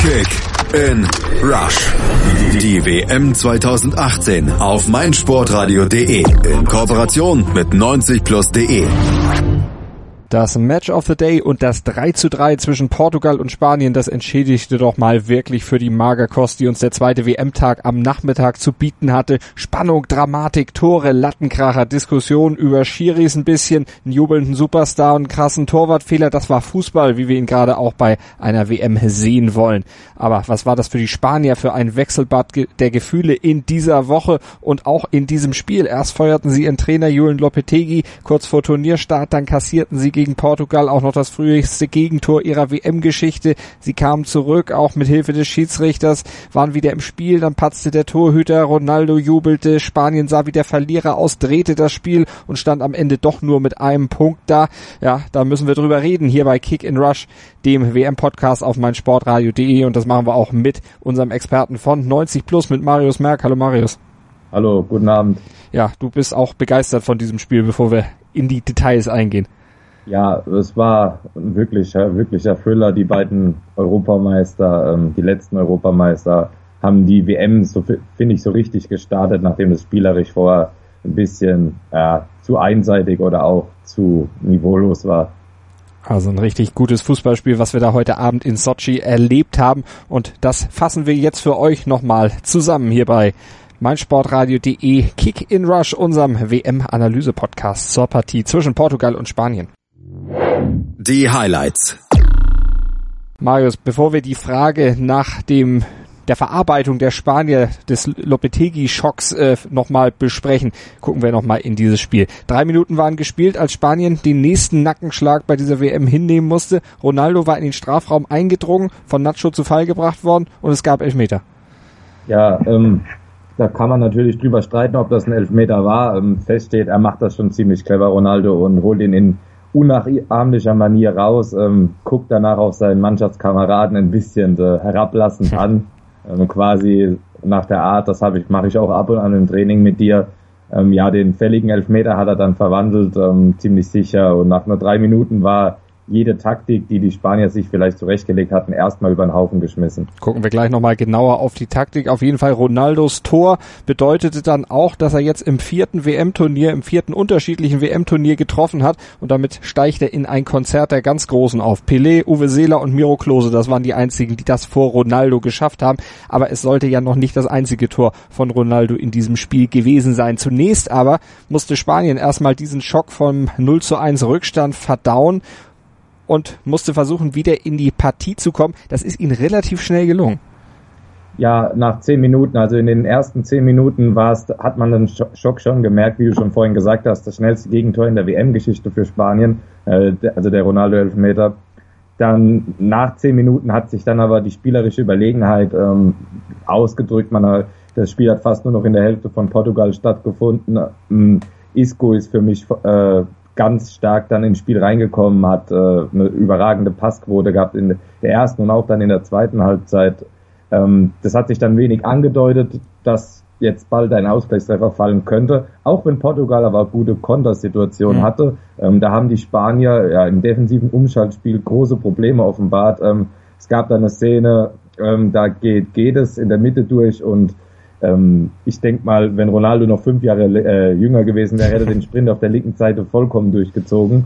Kick in Rush. Die WM 2018 auf meinsportradio.de in Kooperation mit 90plus.de. Das Match of the Day und das 3:3 zwischen Portugal und Spanien, das entschädigte doch mal wirklich für die Magerkost, die uns der zweite WM-Tag am Nachmittag zu bieten hatte. Spannung, Dramatik, Tore, Lattenkracher, Diskussion über Schiris ein bisschen, einen jubelnden Superstar und einen krassen Torwartfehler. Das war Fußball, wie wir ihn gerade auch bei einer WM sehen wollen. Aber was war das für die Spanier für ein Wechselbad der Gefühle in dieser Woche und auch in diesem Spiel? Erst feuerten sie ihren Trainer Julen Lopetegui kurz vor Turnierstart, dann kassierten sie gegen Portugal auch noch das früheste Gegentor ihrer WM-Geschichte. Sie kamen zurück, auch mit Hilfe des Schiedsrichters, waren wieder im Spiel, dann patzte der Torhüter, Ronaldo jubelte, Spanien sah wie der Verlierer aus, drehte das Spiel und stand am Ende doch nur mit einem Punkt da. Ja, da müssen wir drüber reden, hier bei Kick in Rush, dem WM-Podcast auf meinsportradio.de, und das machen wir auch mit unserem Experten von 90plus, mit Marius Merck. Hallo Marius. Hallo, guten Abend. Ja, du bist auch begeistert von diesem Spiel, bevor wir in die Details eingehen. Ja, es war ein wirklicher Thriller. Die beiden Europameister, die letzten Europameister, haben die WM, so finde ich, so richtig gestartet, nachdem es spielerisch vorher ein bisschen zu einseitig oder auch zu niveaulos war. Also ein richtig gutes Fußballspiel, was wir da heute Abend in Sochi erlebt haben. Und das fassen wir jetzt für euch nochmal zusammen hier bei meinsportradio.de Kick in Rush, unserem WM-Analyse-Podcast zur Partie zwischen Portugal und Spanien. Die Highlights. Marius, bevor wir die Frage nach der Verarbeitung der Spanier des Lopetegui-Schocks nochmal besprechen, gucken wir nochmal in dieses Spiel. 3 Minuten waren gespielt, als Spanien den nächsten Nackenschlag bei dieser WM hinnehmen musste. Ronaldo war in den Strafraum eingedrungen, von Nacho zu Fall gebracht worden und es gab Elfmeter. Ja, da kann man natürlich drüber streiten, ob das ein Elfmeter war. Fest steht, er macht das schon ziemlich clever, Ronaldo, und holt ihn in unnachahmlicher Manier raus, guckt danach auf seinen Mannschaftskameraden ein bisschen herablassend an, quasi nach der Art, mache ich auch ab und an im Training mit dir. Den fälligen Elfmeter hat er dann verwandelt, ziemlich sicher, und nach nur 3 Minuten war jede Taktik, die die Spanier sich vielleicht zurechtgelegt hatten, erstmal über den Haufen geschmissen. Gucken wir gleich nochmal genauer auf die Taktik. Auf jeden Fall Ronaldos Tor bedeutete dann auch, dass er jetzt im 4. unterschiedlichen WM-Turnier getroffen hat, und damit steigt er in ein Konzert der ganz Großen auf. Pelé, Uwe Seeler und Miro Klose, das waren die einzigen, die das vor Ronaldo geschafft haben. Aber es sollte ja noch nicht das einzige Tor von Ronaldo in diesem Spiel gewesen sein. Zunächst aber musste Spanien erstmal diesen Schock vom 0:1 Rückstand verdauen und musste versuchen, wieder in die Partie zu kommen. Das ist ihnen relativ schnell gelungen. Ja, nach 10 Minuten, also in den ersten 10 Minuten hat man den Schock schon gemerkt, wie du schon vorhin gesagt hast, das schnellste Gegentor in der WM-Geschichte für Spanien, also der Ronaldo-Elfmeter. Dann nach 10 Minuten hat sich dann aber die spielerische Überlegenheit ausgedrückt. Das Spiel hat fast nur noch in der Hälfte von Portugal stattgefunden. Isco ist für mich ganz stark dann ins Spiel reingekommen, hat eine überragende Passquote gehabt in der ersten und auch dann in der zweiten Halbzeit. Das hat sich dann wenig angedeutet, dass jetzt bald ein Ausgleichstreffer fallen könnte, auch wenn Portugal aber gute Kontersituationen hatte. Da haben die Spanier im defensiven Umschaltspiel große Probleme offenbart. Es gab da eine Szene, da geht es in der Mitte durch, und ich denke mal, wenn Ronaldo noch 5 Jahre jünger gewesen wäre, hätte er den Sprint auf der linken Seite vollkommen durchgezogen.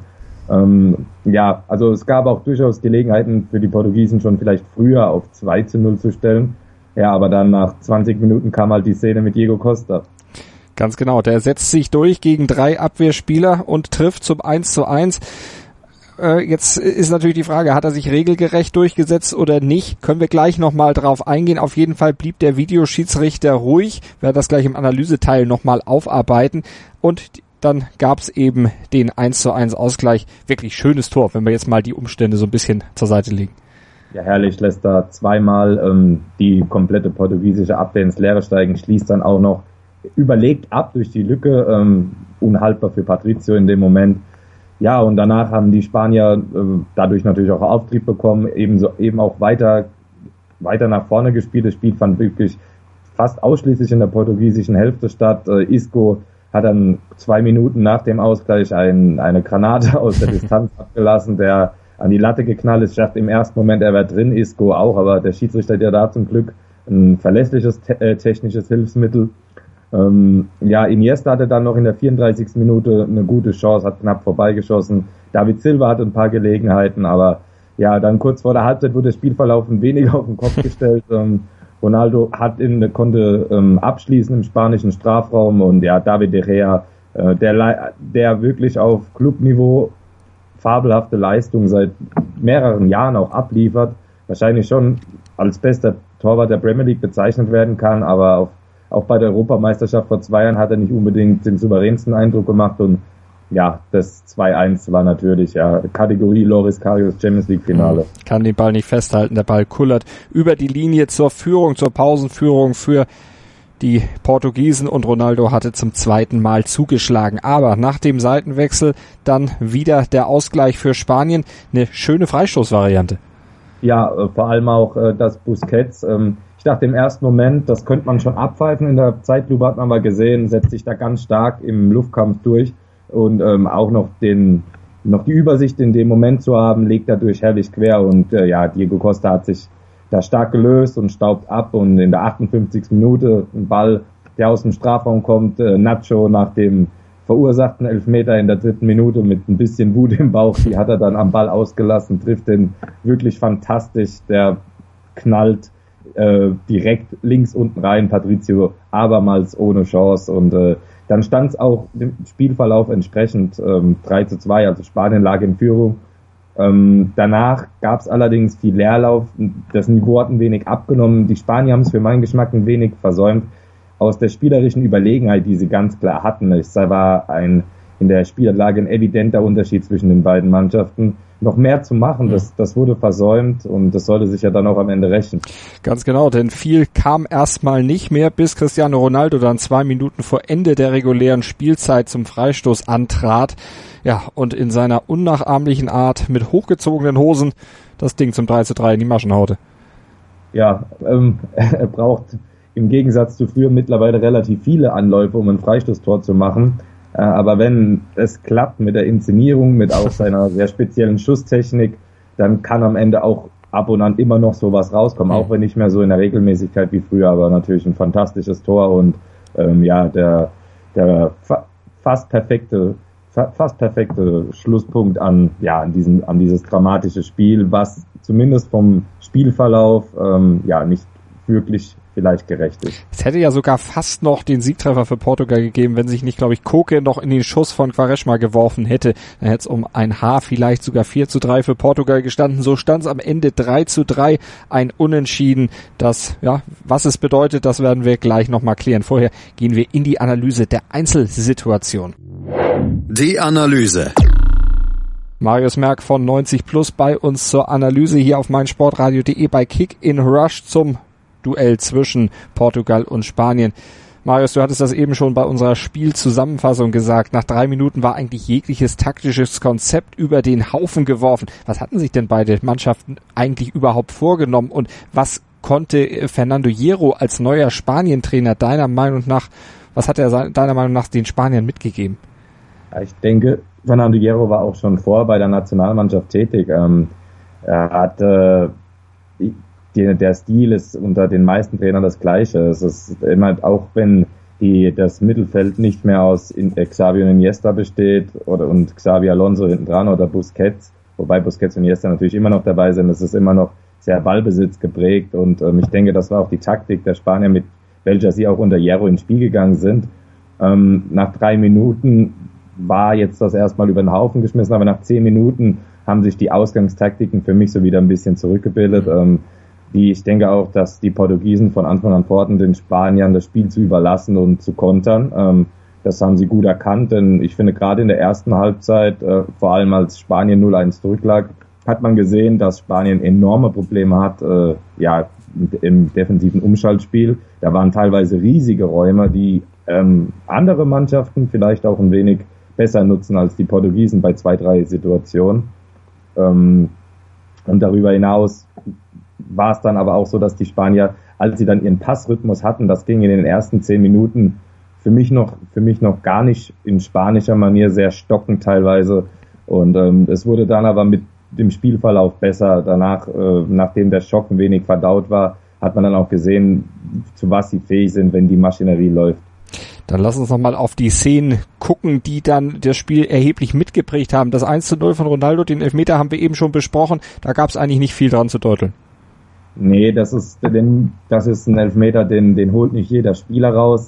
Also es gab auch durchaus Gelegenheiten für die Portugiesen, schon vielleicht früher auf 2:0 zu stellen. Ja, aber dann nach 20 Minuten kam halt die Szene mit Diego Costa. Ganz genau, der setzt sich durch gegen 3 Abwehrspieler und trifft zum 1:1. Jetzt ist natürlich die Frage, hat er sich regelgerecht durchgesetzt oder nicht? Können wir gleich nochmal drauf eingehen. Auf jeden Fall blieb der Videoschiedsrichter ruhig. Wir werden das gleich im Analyseteil nochmal aufarbeiten. Und dann gab es eben den 1:1 Ausgleich. Wirklich schönes Tor, wenn wir jetzt mal die Umstände so ein bisschen zur Seite legen. Ja, herrlich, lässt da zweimal die komplette portugiesische Abwehr ins Leere steigen, schließt dann auch noch überlegt ab durch die Lücke, unhaltbar für Patricio in dem Moment. Ja, und danach haben die Spanier dadurch natürlich auch Auftrieb bekommen, eben auch weiter nach vorne gespielt. Das Spiel fand wirklich fast ausschließlich in der portugiesischen Hälfte statt. Isco hat dann 2 Minuten nach dem Ausgleich eine Granate aus der Distanz abgelassen. Der an die Latte geknallt ist. Ich dachte im ersten Moment, er wäre drin, Isco auch, aber der Schiedsrichter hat ja da zum Glück ein verlässliches technisches Hilfsmittel. Iniesta hatte dann noch in der 34. Minute eine gute Chance, hat knapp vorbeigeschossen. David Silva hatte ein paar Gelegenheiten, aber ja, dann kurz vor der Halbzeit wurde der Spielverlauf ein wenig auf den Kopf gestellt. Ronaldo konnte abschließen im spanischen Strafraum und ja, David de Gea, der wirklich auf Clubniveau fabelhafte Leistung seit mehreren Jahren auch abliefert, wahrscheinlich schon als bester Torwart der Premier League bezeichnet werden kann, aber auch bei der Europameisterschaft vor 2 Jahren hat er nicht unbedingt den souveränsten Eindruck gemacht und ja, das 2-1 war natürlich Kategorie Loris Karius Champions League Finale. Kann den Ball nicht festhalten, der Ball kullert über die Linie zur Führung, zur Pausenführung für die Portugiesen und Ronaldo hatte zum 2. Mal zugeschlagen. Aber nach dem Seitenwechsel dann wieder der Ausgleich für Spanien. Eine schöne Freistoßvariante. Ja, vor allem auch das Busquets. Ich dachte im ersten Moment, das könnte man schon abpfeifen. In der Zeitlupe hat man mal gesehen, setzt sich da ganz stark im Luftkampf durch. Und auch noch die Übersicht in dem Moment zu haben, legt dadurch herrlich quer. Und Diego Costa hat sich da stark gelöst und staubt ab. Und in der 58. Minute ein Ball, der aus dem Strafraum kommt, Nacho nach dem verursachten Elfmeter in der 3. Minute mit ein bisschen Wut im Bauch, die hat er dann am Ball ausgelassen, trifft den wirklich fantastisch, der knallt direkt links unten rein, Patricio abermals ohne Chance und dann stand es auch dem Spielverlauf entsprechend 3-2, also Spanien lag in Führung. Danach gab es allerdings viel Leerlauf, das Niveau hat ein wenig abgenommen, die Spanier haben es für meinen Geschmack ein wenig versäumt, aus der spielerischen Überlegenheit, die sie ganz klar hatten. Es war in der Spielanlage ein evidenter Unterschied zwischen den beiden Mannschaften. Noch mehr zu machen, das wurde versäumt und das sollte sich ja dann auch am Ende rächen. Ganz genau, denn viel kam erstmal nicht mehr, bis Cristiano Ronaldo dann 2 Minuten vor Ende der regulären Spielzeit zum Freistoß antrat. Ja, und in seiner unnachahmlichen Art mit hochgezogenen Hosen das Ding zum 3-3 in die Maschen haute. Ja, er braucht im Gegensatz zu früher mittlerweile relativ viele Anläufe, um ein Freistoßtor zu machen. Aber wenn es klappt mit der Inszenierung, mit auch seiner sehr speziellen Schusstechnik, dann kann am Ende auch ab und an immer noch sowas rauskommen, auch wenn nicht mehr so in der Regelmäßigkeit wie früher, aber natürlich ein fantastisches Tor und der fast perfekte Schlusspunkt an dieses dramatische Spiel, was zumindest vom Spielverlauf nicht wirklich vielleicht gerecht ist. Es hätte ja sogar fast noch den Siegtreffer für Portugal gegeben, wenn sich nicht, glaube ich, Koke noch in den Schuss von Quaresma geworfen hätte. Dann hätte es um ein Haar vielleicht sogar 4-3 für Portugal gestanden. So stand es am Ende 3-3, ein Unentschieden. Das, was es bedeutet, das werden wir gleich nochmal klären. Vorher gehen wir in die Analyse der Einzelsituation. Die Analyse. Marius Merck von 90 Plus bei uns zur Analyse hier auf meinsportradio.de bei Kick in Rush zum Duell zwischen Portugal und Spanien. Marius, du hattest das eben schon bei unserer Spielzusammenfassung gesagt. Nach 3 Minuten war eigentlich jegliches taktisches Konzept über den Haufen geworfen. Was hatten sich denn beide Mannschaften eigentlich überhaupt vorgenommen und was konnte Fernando Hierro als neuer Spanien-Trainer deiner Meinung nach den Spaniern mitgegeben? Ich denke, Fernando Hierro war auch schon vor bei der Nationalmannschaft tätig. Er hat der Stil ist unter den meisten Trainern das Gleiche. Es ist immer, auch wenn das Mittelfeld nicht mehr aus Xavi und Iniesta besteht und Xavi Alonso hinten dran oder Busquets, wobei Busquets und Iniesta natürlich immer noch dabei sind, es ist immer noch sehr Ballbesitz geprägt und ich denke, das war auch die Taktik der Spanier, mit welcher sie auch unter Hierro ins Spiel gegangen sind. Nach 3 Minuten war jetzt das erstmal über den Haufen geschmissen, aber nach 10 Minuten haben sich die Ausgangstaktiken für mich so wieder ein bisschen zurückgebildet. Ich denke auch, dass die Portugiesen von Anfang an vorhatten, den Spaniern das Spiel zu überlassen und zu kontern. Das haben sie gut erkannt, denn ich finde gerade in der ersten Halbzeit, vor allem als Spanien 0-1 zurücklag, hat man gesehen, dass Spanien enorme Probleme hat, im defensiven Umschaltspiel. Da waren teilweise riesige Räume, die andere Mannschaften vielleicht auch ein wenig besser nutzen als die Portugiesen bei 2-3 Situationen. Und darüber hinaus war es dann aber auch so, dass die Spanier, als sie dann ihren Passrhythmus hatten, das ging in den ersten 10 Minuten für mich noch gar nicht in spanischer Manier, sehr stockend teilweise. Und es wurde dann aber mit dem Spielverlauf besser. Danach, nachdem der Schock ein wenig verdaut war, hat man dann auch gesehen, zu was sie fähig sind, wenn die Maschinerie läuft. Dann lass uns nochmal auf die Szenen gucken, die dann das Spiel erheblich mitgeprägt haben. Das 1:0 von Ronaldo, den Elfmeter haben wir eben schon besprochen. Da gab es eigentlich nicht viel dran zu deuteln. Nee, das ist ein Elfmeter, den holt nicht jeder Spieler raus.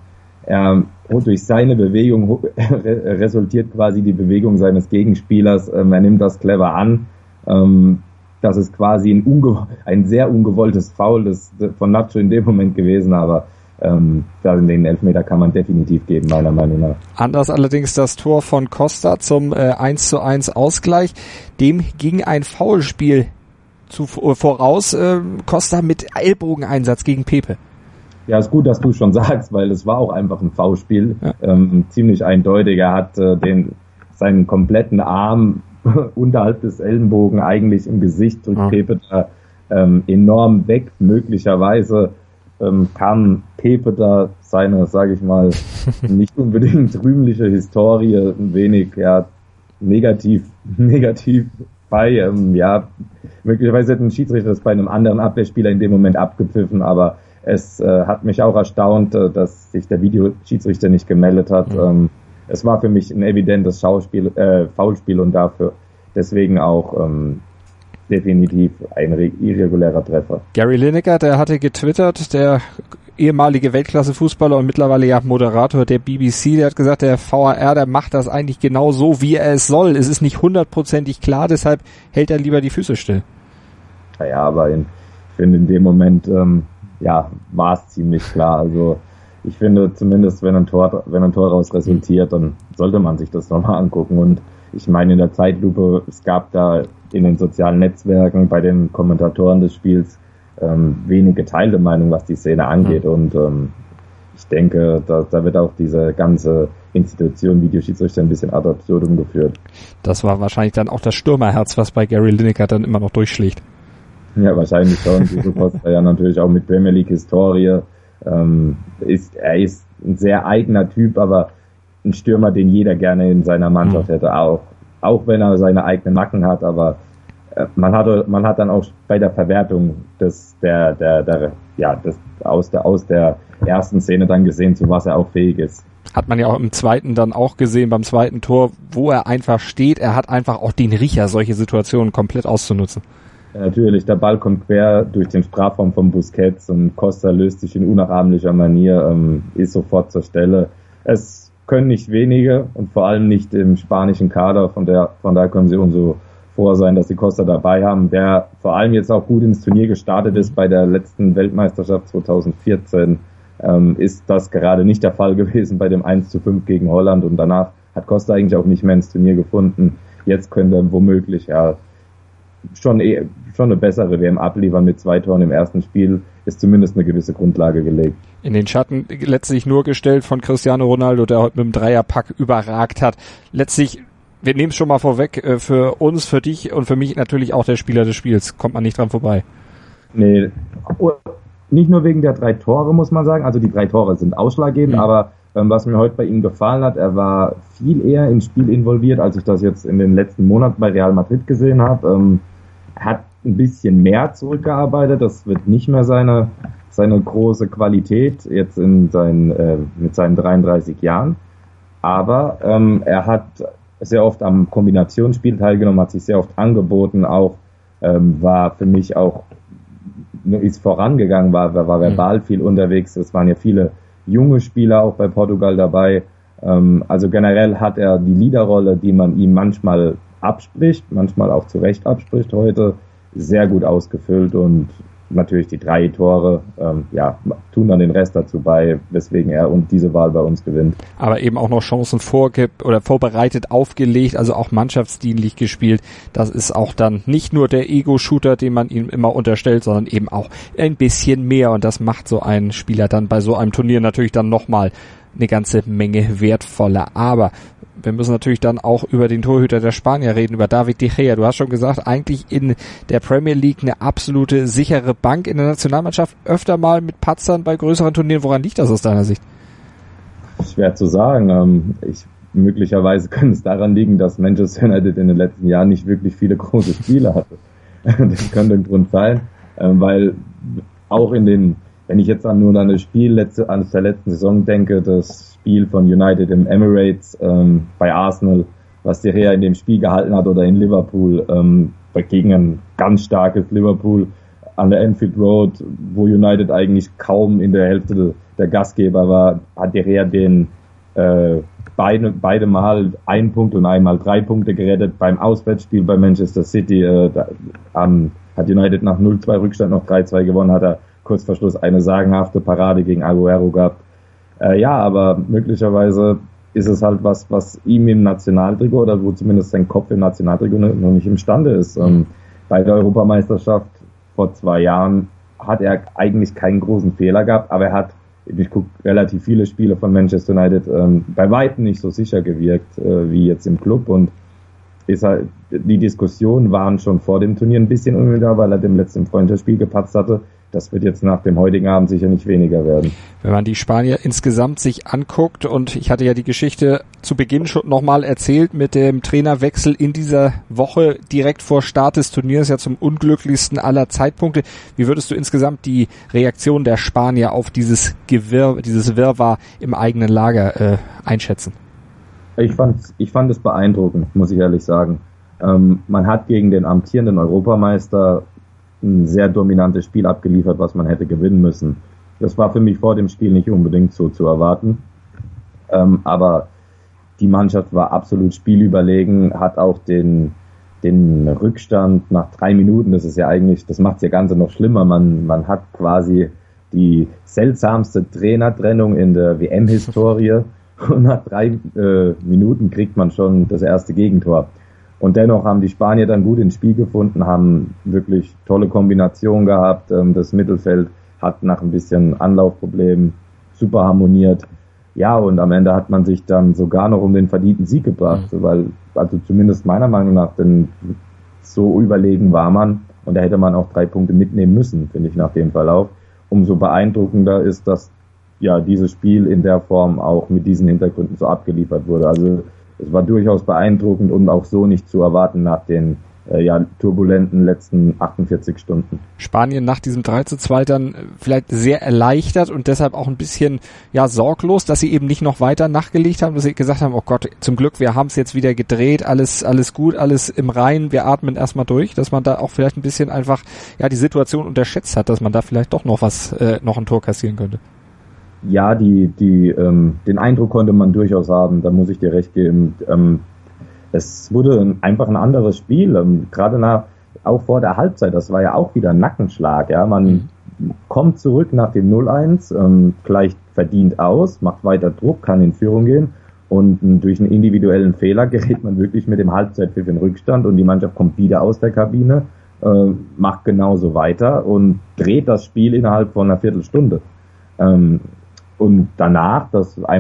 Durch seine Bewegung resultiert quasi die Bewegung seines Gegenspielers. Er nimmt das clever an. Das ist quasi ein sehr ungewolltes Foul von Nacho in dem Moment gewesen, aber den Elfmeter kann man definitiv geben, meiner Meinung nach. Anders allerdings das Tor von Costa zum 1:1 Ausgleich. Dem ging ein Foulspiel voraus. Costa mit Ellbogeneinsatz gegen Pepe. Ja, ist gut, dass du schon sagst, weil es war auch einfach ein Foulspiel. Ja. Ziemlich eindeutig. Er hat seinen kompletten Arm unterhalb des Ellenbogen eigentlich im Gesicht drückt Pepe da enorm weg. Möglicherweise kam Pepe da seine, sage ich mal, nicht unbedingt rühmliche Historie ein wenig negativ bei. Möglicherweise hätte ein Schiedsrichter das bei einem anderen Abwehrspieler in dem Moment abgepfiffen, aber es hat mich auch erstaunt, dass sich der Videoschiedsrichter nicht gemeldet hat. Es war für mich ein evidentes Foulspiel und deswegen auch definitiv ein irregulärer Treffer. Gary Lineker, der hatte getwittert, der ehemalige Weltklasse-Fußballer und mittlerweile ja Moderator der BBC, der hat gesagt, der VAR, der macht das eigentlich genau so, wie er es soll. Es ist nicht 100%ig klar, deshalb hält er lieber die Füße still. Naja, aber ich finde in dem Moment war es ziemlich klar. Also ich finde zumindest, wenn ein Tor raus resultiert, dann sollte man sich das nochmal angucken. Und ich meine, in der Zeitlupe, es gab da in den sozialen Netzwerken bei den Kommentatoren des Spiels wenig geteilte Meinung, was die Szene angeht. Und ich denke, da wird auch diese ganze Institution Videoschiedsrichter ein bisschen ad absurdum geführt. Das war wahrscheinlich dann auch das Stürmerherz, was bei Gary Lineker dann immer noch durchschlägt. Ja, wahrscheinlich schon. Diego Costa ja natürlich auch mit Premier League Historie. Er ist ein sehr eigener Typ, aber ein Stürmer, den jeder gerne in seiner Mannschaft hätte, auch wenn er seine eigenen Macken hat, aber man hat dann auch bei der Verwertung aus der ersten Szene dann gesehen, zu was er auch fähig ist. Hat man ja auch im zweiten dann auch gesehen, beim zweiten Tor, wo er einfach steht. Er hat einfach auch den Riecher, solche Situationen komplett auszunutzen. Ja, natürlich, der Ball kommt quer durch den Strafraum von Busquets und Costa löst sich in unnachahmlicher Manier, ist sofort zur Stelle. Es können nicht wenige und vor allem nicht im spanischen Kader, von daher können sie umso froh sein, dass sie Costa dabei haben, der vor allem jetzt auch gut ins Turnier gestartet ist. Bei der letzten Weltmeisterschaft 2014 ist das gerade nicht der Fall gewesen bei dem 1:5 gegen Holland und danach hat Costa eigentlich auch nicht mehr ins Turnier gefunden. Jetzt könnte er womöglich schon eine bessere WM abliefern mit 2 Toren im ersten Spiel, ist zumindest eine gewisse Grundlage gelegt. In den Schatten letztlich nur gestellt von Cristiano Ronaldo, der heute mit dem Dreierpack überragt hat. Letztlich, wir nehmen es schon mal vorweg, für uns, für dich und für mich natürlich auch der Spieler des Spiels. Kommt man nicht dran vorbei. Nee, nicht nur wegen der 3 Tore, muss man sagen. Also die 3 Tore sind ausschlaggebend, aber was mir heute bei ihm gefallen hat, er war viel eher ins Spiel involviert, als ich das jetzt in den letzten Monaten bei Real Madrid gesehen habe. Er hat ein bisschen mehr zurückgearbeitet. Das wird nicht mehr seine große Qualität jetzt mit seinen 33 Jahren. Aber er hat sehr oft am Kombinationsspiel teilgenommen, hat sich sehr oft angeboten, auch war für mich auch, ist vorangegangen, war verbal viel unterwegs. Es waren ja viele junge Spieler auch bei Portugal dabei. Also generell hat er die Leaderrolle, die man ihm manchmal abspricht, manchmal auch zu Recht abspricht, heute sehr gut ausgefüllt und natürlich die 3 Tore tun dann den Rest dazu bei, weswegen er und diese Wahl bei uns gewinnt. Aber eben auch noch Chancen vorgibt oder vorbereitet, aufgelegt, also auch mannschaftsdienlich gespielt. Das ist auch dann nicht nur der Ego-Shooter, den man ihm immer unterstellt, sondern eben auch ein bisschen mehr und das macht so ein Spieler dann bei so einem Turnier natürlich dann nochmal eine ganze Menge wertvoller. Aber wir müssen natürlich dann auch über den Torhüter der Spanier reden, über David de Gea. Du hast schon gesagt, eigentlich in der Premier League eine absolute sichere Bank, in der Nationalmannschaft öfter mal mit Patzern bei größeren Turnieren. Woran liegt das aus deiner Sicht? Schwer zu sagen. möglicherweise könnte es daran liegen, dass Manchester United in den letzten Jahren nicht wirklich viele große Spiele hatte. Das könnte ein Grund sein, weil auch wenn ich jetzt nur an das Spiel an der letzten Saison denke, das Spiel von United im Emirates bei Arsenal, was De Gea in dem Spiel gehalten hat, oder in Liverpool gegen ein ganz starkes Liverpool an der Anfield Road, wo United eigentlich kaum in der Hälfte der Gastgeber war, hat De Gea beide Mal 1 Punkt und einmal 3 Punkte gerettet. Beim Auswärtsspiel bei Manchester City hat United nach 0-2 Rückstand noch 3-2 gewonnen, hat er kurz vor Schluss eine sagenhafte Parade gegen Aguero gehabt. Aber möglicherweise ist es halt was ihm im Nationaltrikot, oder wo zumindest sein Kopf im Nationaltrikot noch nicht imstande ist. Bei der Europameisterschaft vor 2 Jahren hat er eigentlich keinen großen Fehler gehabt, aber ich gucke relativ viele Spiele von Manchester United, bei weitem nicht so sicher gewirkt wie jetzt im Club, und die Diskussionen waren schon vor dem Turnier ein bisschen unnötig, weil er dem letzten Freundschaftsspiel gepatzt hatte. Das wird jetzt nach dem heutigen Abend sicher nicht weniger werden. Wenn man die Spanier insgesamt sich anguckt, und ich hatte ja die Geschichte zu Beginn schon nochmal erzählt mit dem Trainerwechsel in dieser Woche direkt vor Start des Turniers, ja zum unglücklichsten aller Zeitpunkte. Wie würdest du insgesamt die Reaktion der Spanier auf dieses Wirrwarr im eigenen Lager einschätzen? Ich fand es beeindruckend, muss ich ehrlich sagen. Man hat gegen den amtierenden Europameister ein sehr dominantes Spiel abgeliefert, was man hätte gewinnen müssen. Das war für mich vor dem Spiel nicht unbedingt so zu erwarten. Aber die Mannschaft war absolut spielüberlegen, hat auch den Rückstand nach 3 Minuten, das macht das Ganze noch schlimmer. Man hat quasi die seltsamste Trainertrennung in der WM-Historie, und nach 3 Minuten kriegt man schon das erste Gegentor. Und dennoch haben die Spanier dann gut ins Spiel gefunden, haben wirklich tolle Kombinationen gehabt. Das Mittelfeld hat nach ein bisschen Anlaufproblemen super harmoniert. Ja, und am Ende hat man sich dann sogar noch um den verdienten Sieg gebracht, weil, also zumindest meiner Meinung nach, denn so überlegen war man, und da hätte man auch 3 Punkte mitnehmen müssen, finde ich, nach dem Verlauf. Umso beeindruckender ist, dass ja dieses Spiel in der Form auch mit diesen Hintergründen so abgeliefert wurde. Also es war durchaus beeindruckend und auch so nicht zu erwarten nach den turbulenten letzten 48 Stunden. Spanien nach diesem 3:2 dann vielleicht sehr erleichtert und deshalb auch ein bisschen sorglos, dass sie eben nicht noch weiter nachgelegt haben, dass sie gesagt haben, oh Gott, zum Glück, wir haben es jetzt wieder gedreht, alles gut, alles im Reinen, wir atmen erstmal durch, dass man da auch vielleicht ein bisschen einfach die Situation unterschätzt hat, dass man da vielleicht doch noch ein Tor kassieren könnte. Ja, den Eindruck konnte man durchaus haben, da muss ich dir recht geben. Es wurde einfach ein anderes Spiel, gerade auch vor der Halbzeit, das war ja auch wieder ein Nackenschlag. Ja, man kommt zurück nach dem 0-1, gleicht verdient aus, macht weiter Druck, kann in Führung gehen, und durch einen individuellen Fehler gerät man wirklich mit dem Halbzeitpfiff in Rückstand, und die Mannschaft kommt wieder aus der Kabine, macht genauso weiter und dreht das Spiel innerhalb von einer Viertelstunde. Und danach,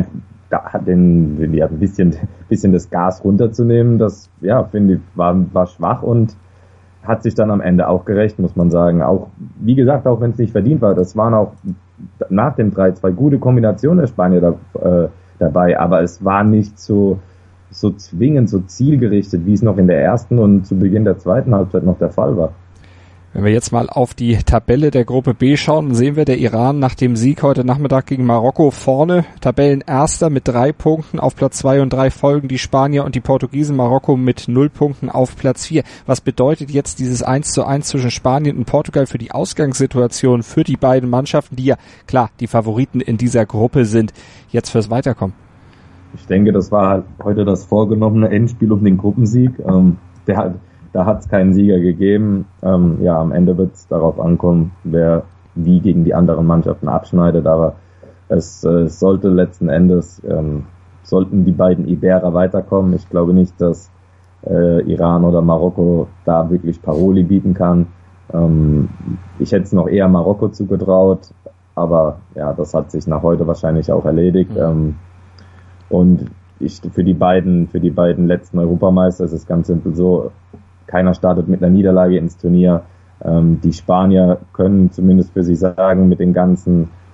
ein bisschen das Gas runterzunehmen, das, finde ich, war schwach und hat sich dann am Ende auch gerecht, muss man sagen. Auch, wie gesagt, auch wenn es nicht verdient war, das waren auch nach dem 3-2 gute Kombinationen der Spanier dabei, aber es war nicht so zwingend, so zielgerichtet, wie es noch in der ersten und zu Beginn der zweiten Halbzeit noch der Fall war. Wenn wir jetzt mal auf die Tabelle der Gruppe B schauen, sehen wir der Iran nach dem Sieg heute Nachmittag gegen Marokko vorne, Tabellenerster mit 3 Punkten, auf Platz 2 und 3 folgen die Spanier und die Portugiesen, Marokko mit 0 Punkten auf Platz 4. Was bedeutet jetzt dieses 1:1 zwischen Spanien und Portugal für die Ausgangssituation für die beiden Mannschaften, die ja klar die Favoriten in dieser Gruppe sind, jetzt fürs Weiterkommen? Ich denke, das war halt heute das vorgenommene Endspiel um den Gruppensieg. Da hat es keinen Sieger gegeben. Am Ende wird es darauf ankommen, wer wie gegen die anderen Mannschaften abschneidet. Aber es sollte letzten Endes, sollten die beiden Iberer weiterkommen. Ich glaube nicht, dass Iran oder Marokko da wirklich Paroli bieten kann. Ich hätte es noch eher Marokko zugetraut. Aber das hat sich nach heute wahrscheinlich auch erledigt. Und für die beiden letzten Europameister ist es ganz simpel so: Keiner startet mit einer Niederlage ins Turnier. Die Spanier können zumindest für sich sagen, mit den ganzen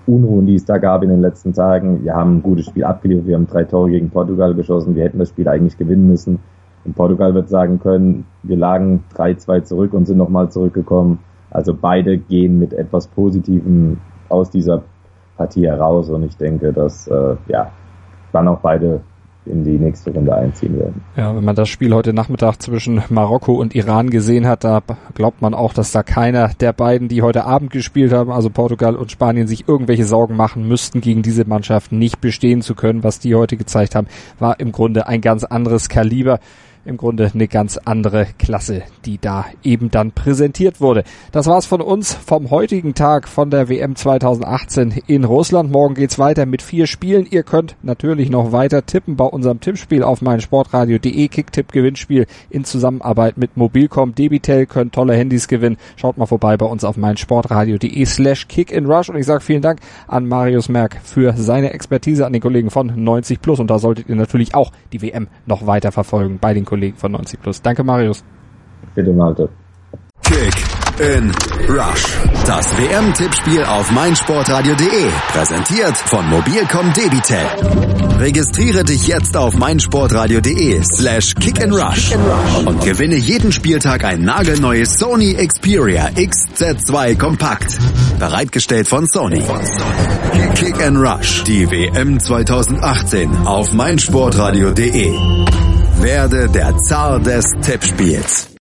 Unruhen, die es da gab in den letzten Tagen. Wir haben ein gutes Spiel abgeliefert, wir haben 3 Tore gegen Portugal geschossen, wir hätten das Spiel eigentlich gewinnen müssen. Und Portugal wird sagen können, wir lagen 3-2 zurück und sind nochmal zurückgekommen. Also beide gehen mit etwas Positivem aus dieser Partie heraus und ich denke, dass dann auch beide in die nächste Runde einziehen werden. Ja, wenn man das Spiel heute Nachmittag zwischen Marokko und Iran gesehen hat, da glaubt man auch, dass da keiner der beiden, die heute Abend gespielt haben, also Portugal und Spanien, sich irgendwelche Sorgen machen müssten, gegen diese Mannschaft nicht bestehen zu können. Was die heute gezeigt haben, war im Grunde ein ganz anderes Kaliber. Im Grunde eine ganz andere Klasse, die da eben dann präsentiert wurde. Das war's von uns vom heutigen Tag von der WM 2018 in Russland. Morgen geht's weiter mit 4 Spielen. Ihr könnt natürlich noch weiter tippen bei unserem Tippspiel auf meinsportradio.de. Kick-Tipp-Gewinnspiel in Zusammenarbeit mit Mobilcom. Debitel könnt tolle Handys gewinnen. Schaut mal vorbei bei uns auf meinsportradio.de/kickandrush. Und ich sage vielen Dank an Marius Merck für seine Expertise, an den Kollegen von 90+. Und da solltet ihr natürlich auch die WM noch weiter verfolgen bei den Kollegen von 90+. Danke, Marius. Bitte, Malte. Kick in Rush. Das WM-Tippspiel auf meinsportradio.de. Präsentiert von Mobilcom Debitel. Registriere dich jetzt auf meinsportradio.de/kickandrush und gewinne jeden Spieltag ein nagelneues Sony Xperia XZ2 Kompakt. Bereitgestellt von Sony. Kick and Rush. Die WM 2018 auf meinsportradio.de. Werde der Zar des Tippspiels.